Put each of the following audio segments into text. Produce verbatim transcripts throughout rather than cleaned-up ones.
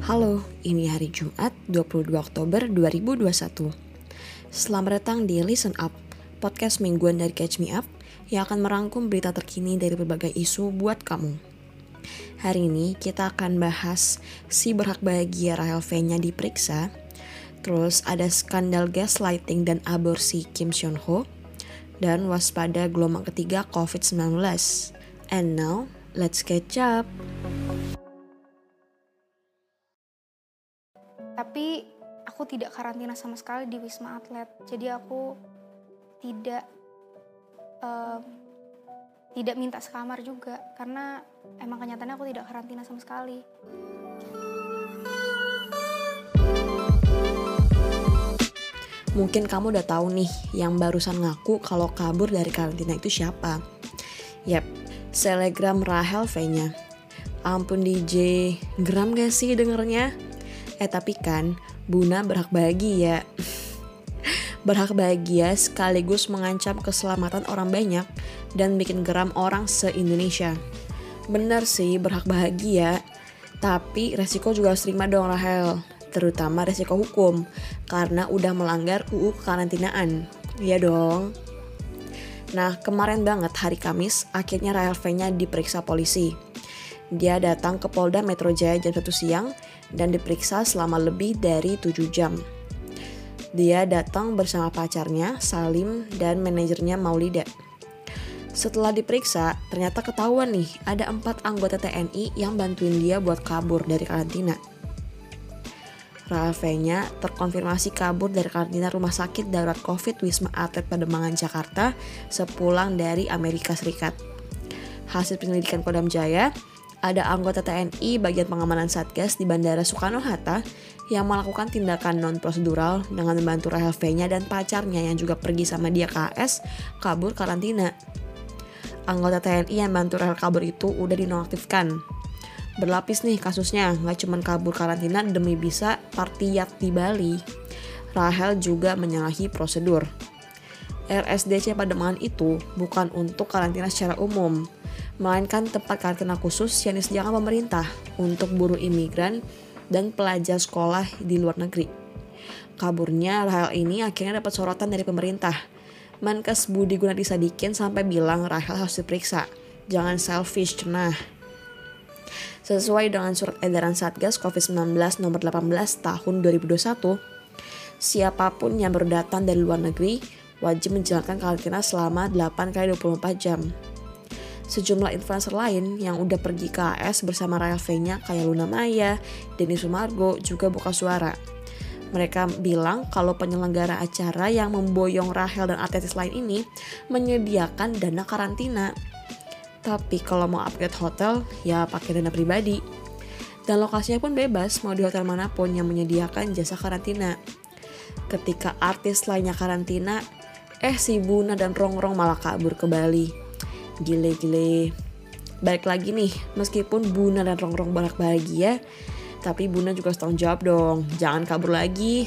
Halo, ini hari Jumat dua puluh dua Oktober dua ribu dua puluh satu. Selamat datang di Listen Up, podcast mingguan dari Catch Me Up yang akan merangkum berita terkini dari berbagai isu buat kamu. Hari ini kita akan bahas si berhak bahagia Rachel V-nya diperiksa, terus ada skandal gaslighting dan aborsi Kim Seon Ho, dan waspada gelombang ketiga covid sembilan belas. And now, let's catch up. Tapi aku tidak karantina sama sekali di Wisma Atlet. Jadi aku tidak um, tidak minta sekamar juga karena emang kenyataannya aku tidak karantina sama sekali. Mungkin kamu udah tahu nih yang barusan ngaku kalau kabur dari karantina itu siapa. Yap, selegram Rachel V-nya. Ampun D J, geram gak sih dengernya? Eh tapi kan, Buna berhak bahagia. Berhak bahagia sekaligus mengancam keselamatan orang banyak dan bikin geram orang se-Indonesia. Bener sih berhak bahagia, tapi resiko juga harus terima dong Rachel. Terutama resiko hukum, karena udah melanggar U U kekarantinaan. Iya dong. Nah kemarin banget hari Kamis, akhirnya Rachel V-nya diperiksa polisi. Dia datang ke Polda Metro Jaya jam satu siang dan diperiksa selama lebih dari tujuh jam. Dia datang bersama pacarnya, Salim, dan manajernya Maulida. Setelah diperiksa, ternyata ketahuan nih ada empat anggota T N I yang bantuin dia buat kabur dari karantina. Rachel V-nya terkonfirmasi kabur dari karantina rumah sakit darurat COVID Wisma Atlet Pademangan, Jakarta sepulang dari Amerika Serikat. Hasil penyelidikan Kodam Jaya, ada anggota T N I bagian pengamanan Satgas di Bandara Soekarno-Hatta yang melakukan tindakan non-prosedural dengan membantu Rachel V-nya dan pacarnya yang juga pergi sama dia K S kabur karantina. Anggota T N I yang bantu Rachel kabur itu udah dinonaktifkan. Berlapis nih kasusnya, gak cuma kabur karantina demi bisa party yacht di Bali. Rachel juga menyalahi prosedur. R S D C Pademangan itu bukan untuk karantina secara umum, melainkan tempat karantina khusus yang disediakan pemerintah untuk buruh imigran dan pelajar sekolah di luar negeri. Kaburnya Rachel ini akhirnya dapat sorotan dari pemerintah. Menkes Budi Gunadi Sadikin sampai bilang Rachel harus diperiksa. Jangan selfish, cenah. Sesuai dengan surat edaran Satgas covid sembilan belas nomor delapan belas tahun dua ribu dua puluh satu, siapapun yang berdatang dari luar negeri wajib menjalankan karantina selama delapan kali dua puluh empat jam. Sejumlah influencer lain yang udah pergi ke A S bersama Rachel V-nya kayak Luna Maya, Denny Sumargo juga buka suara. Mereka bilang kalau penyelenggara acara yang memboyong Rachel dan artis lain ini menyediakan dana karantina. Tapi kalau mau upgrade hotel, ya pakai dana pribadi. Dan lokasinya pun bebas, mau di hotel manapun yang menyediakan jasa karantina. Ketika artis lainnya karantina, eh si Buna dan Rongrong malah kabur ke Bali. Gile-gile. Balik lagi nih, meskipun Buna dan Rongrong berhak bahagia, tapi Buna juga harus tanggung jawab dong, jangan kabur lagi.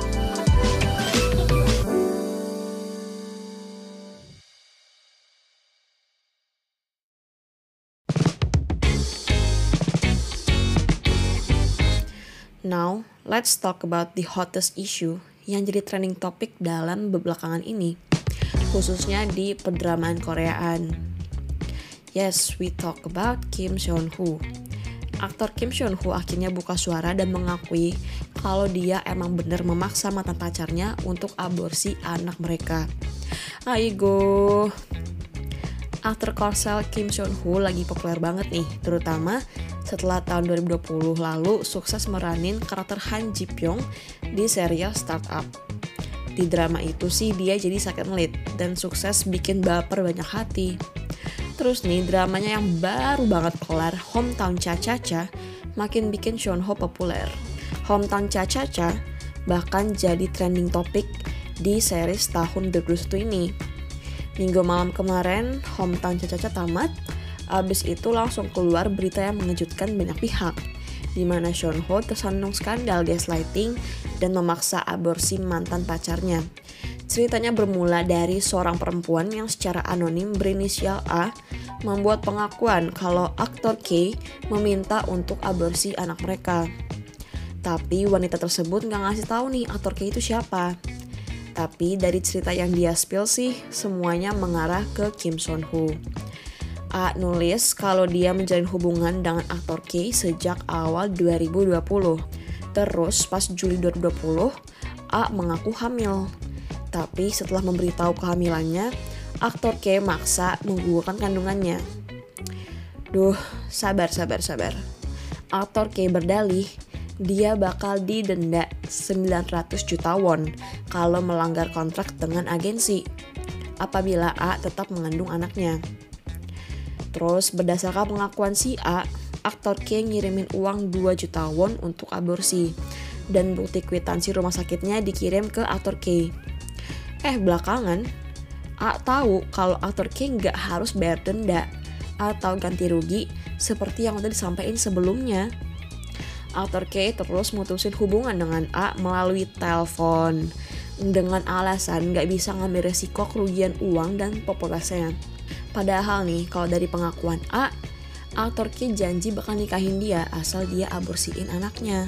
Now, let's talk about the hottest issue yang jadi trending topic dalam belakangan ini, khususnya di pedramaan Koreaan. Yes, we talk about Kim Seon Ho. Aktor Kim Seon Ho akhirnya buka suara dan mengakui kalau dia emang bener memaksa mantan pacarnya untuk aborsi anak mereka. Aigo. Aktor Korsel Kim Seon Ho lagi populer banget nih, terutama setelah tahun dua ribu dua puluh lalu sukses meranin karakter Han Ji Pyong di serial Startup. Di drama itu sih dia jadi second lead dan sukses bikin baper banyak hati. Terus nih dramanya yang baru banget kelar, Hometown Cha-Cha-Cha, makin bikin Seon Ho populer. Hometown Cha-Cha-Cha bahkan jadi trending topik di series tahun dua ribu dua puluh satu ini. Minggu malam kemarin Hometown Cha-Cha-Cha tamat. Abis itu langsung keluar berita yang mengejutkan banyak pihak, di mana Seon Ho tersandung skandal gaslighting dan memaksa aborsi mantan pacarnya. Ceritanya bermula dari seorang perempuan yang secara anonim berinisial A membuat pengakuan kalau aktor K meminta untuk aborsi anak mereka. Tapi wanita tersebut gak ngasih tahu nih aktor K itu siapa. Tapi dari cerita yang dia spill sih, semuanya mengarah ke Kim Son Ho. A nulis kalau dia menjalin hubungan dengan aktor K sejak awal dua ribu dua puluh. Terus pas Juli dua ribu dua puluh, A mengaku hamil. Tapi setelah memberitahu kehamilannya, aktor K maksa menggugurkan kandungannya. Duh, sabar, sabar, sabar. Aktor K berdalih, dia bakal didenda sembilan ratus juta won kalau melanggar kontrak dengan agensi apabila A tetap mengandung anaknya. Terus berdasarkan pengakuan si A, aktor K ngirimin uang dua juta won untuk aborsi dan bukti kwitansi rumah sakitnya dikirim ke aktor K. Eh belakangan, A tahu kalau aktor K nggak harus bayar denda atau ganti rugi seperti yang udah disampaikan sebelumnya. Aktor K terus mutusin hubungan dengan A melalui telepon dengan alasan gak bisa ngambil resiko kerugian uang dan populasinya. Padahal nih kalau dari pengakuan A, aktor K janji bakal nikahin dia asal dia aborsiin anaknya.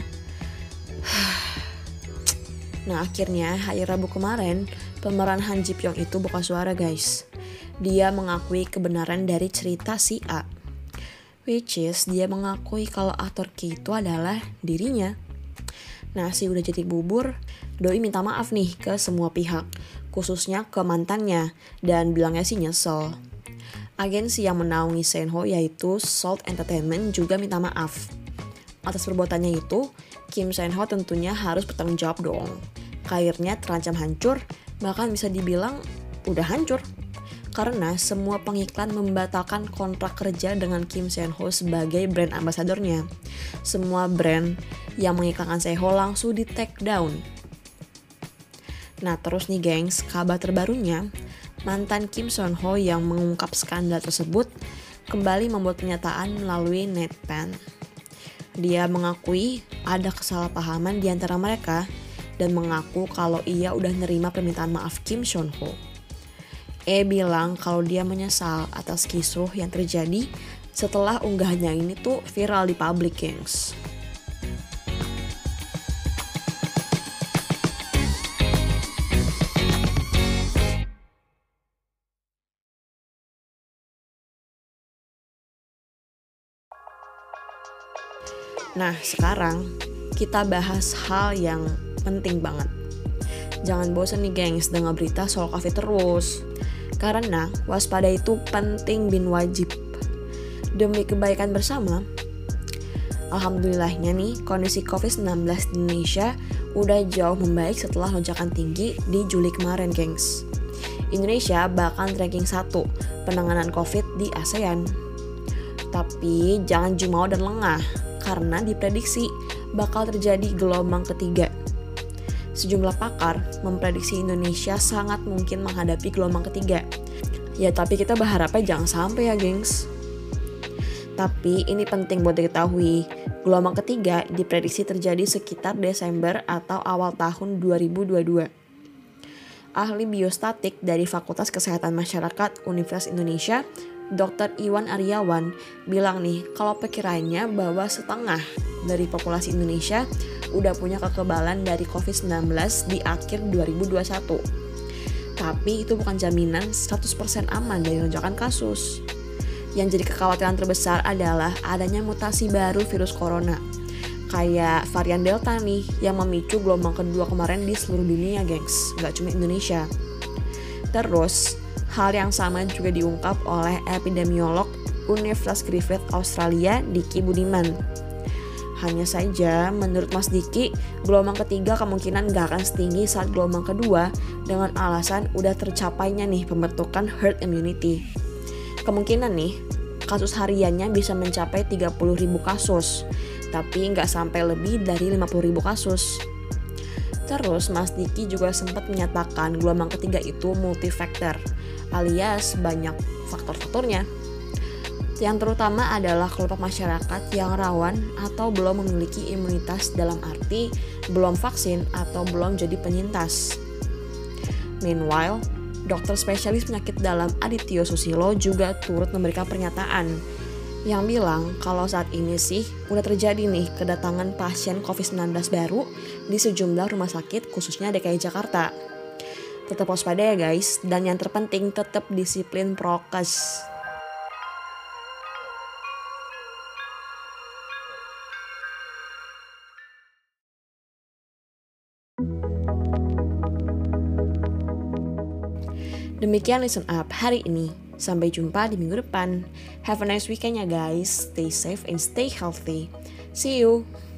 Nah akhirnya hari Rabu kemarin pemeran Han Ji Pyong itu buka suara guys. Dia mengakui kebenaran dari cerita si A. Which is dia mengakui kalau aktor K itu adalah dirinya. Nah si udah jadi bubur, doi minta maaf nih ke semua pihak, khususnya ke mantannya, dan bilangnya sih nyesel. Agensi yang menaungi Senho yaitu Salt Entertainment juga minta maaf. Atas perbuatannya itu, Kim Senho tentunya harus bertanggung jawab dong. Karirnya terancam hancur, bahkan bisa dibilang udah hancur. Karena semua pengiklan membatalkan kontrak kerja dengan Kim Sen-ho sebagai brand ambasadornya. Semua brand yang mengiklankan Seo langsung di take down. Nah terus nih gengs, kabar terbarunya, mantan Kim Son-ho yang mengungkap skandal tersebut kembali membuat pernyataan melalui Netpan. Dia mengakui ada kesalahpahaman di antara mereka dan mengaku kalau ia udah nerima permintaan maaf Kim Son-ho. E bilang kalau dia menyesal atas kisruh yang terjadi setelah unggahannya ini tuh viral di publik, gengs. Nah, sekarang kita bahas hal yang penting banget. Jangan bosan nih, gengs, dengar berita soal COVID terus. Karena waspada itu penting bin wajib. Demi kebaikan bersama, alhamdulillahnya nih kondisi covid sembilan belas di Indonesia udah jauh membaik setelah lonjakan tinggi di Juli kemarin, gengs. Indonesia bahkan ranking satu penanganan COVID di ASEAN. Tapi jangan jumawa dan lengah, karena diprediksi bakal terjadi gelombang ketiga. Sejumlah pakar memprediksi Indonesia sangat mungkin menghadapi gelombang ketiga. Ya tapi kita berharapnya jangan sampai ya, gengs. Tapi ini penting buat diketahui, gelombang ketiga diprediksi terjadi sekitar Desember atau awal tahun dua ribu dua puluh dua. Ahli biostatik dari Fakultas Kesehatan Masyarakat Universitas Indonesia, dokter Iwan Aryawan, bilang nih kalau perkiraannya bahwa setengah dari populasi Indonesia udah punya kekebalan dari covid sembilan belas di akhir dua ribu dua puluh satu. Tapi itu bukan jaminan seratus persen aman dari lonjakan kasus. Yang jadi kekhawatiran terbesar adalah adanya mutasi baru virus corona. Kayak varian Delta nih yang memicu gelombang kedua kemarin di seluruh dunia, gengs. Gak cuma Indonesia. Terus, hal yang sama juga diungkap oleh epidemiolog Universitas Griffith Australia, Diki Budiman. Hanya saja, menurut Mas Diki, gelombang ketiga kemungkinan gak akan setinggi saat gelombang kedua dengan alasan udah tercapainya nih pembentukan herd immunity. Kemungkinan nih, kasus hariannya bisa mencapai tiga puluh ribu kasus, tapi gak sampai lebih dari lima puluh ribu kasus. Terus Mas Diki juga sempat menyatakan gelombang ketiga itu multifaktor, alias banyak faktor-faktornya. Yang terutama adalah kelompok masyarakat yang rawan atau belum memiliki imunitas dalam arti belum vaksin atau belum jadi penyintas. Meanwhile, dokter spesialis penyakit dalam Adityo Susilo juga turut memberikan pernyataan. yang bilang kalau saat ini sih udah terjadi nih kedatangan pasien covid sembilan belas baru di sejumlah rumah sakit khususnya D K I Jakarta. Tetap waspada ya guys, dan yang terpenting tetap disiplin prokes. Demikian Listen Up hari ini. Sampai jumpa di minggu depan. Have a nice weekend ya guys. Stay safe and stay healthy. See you.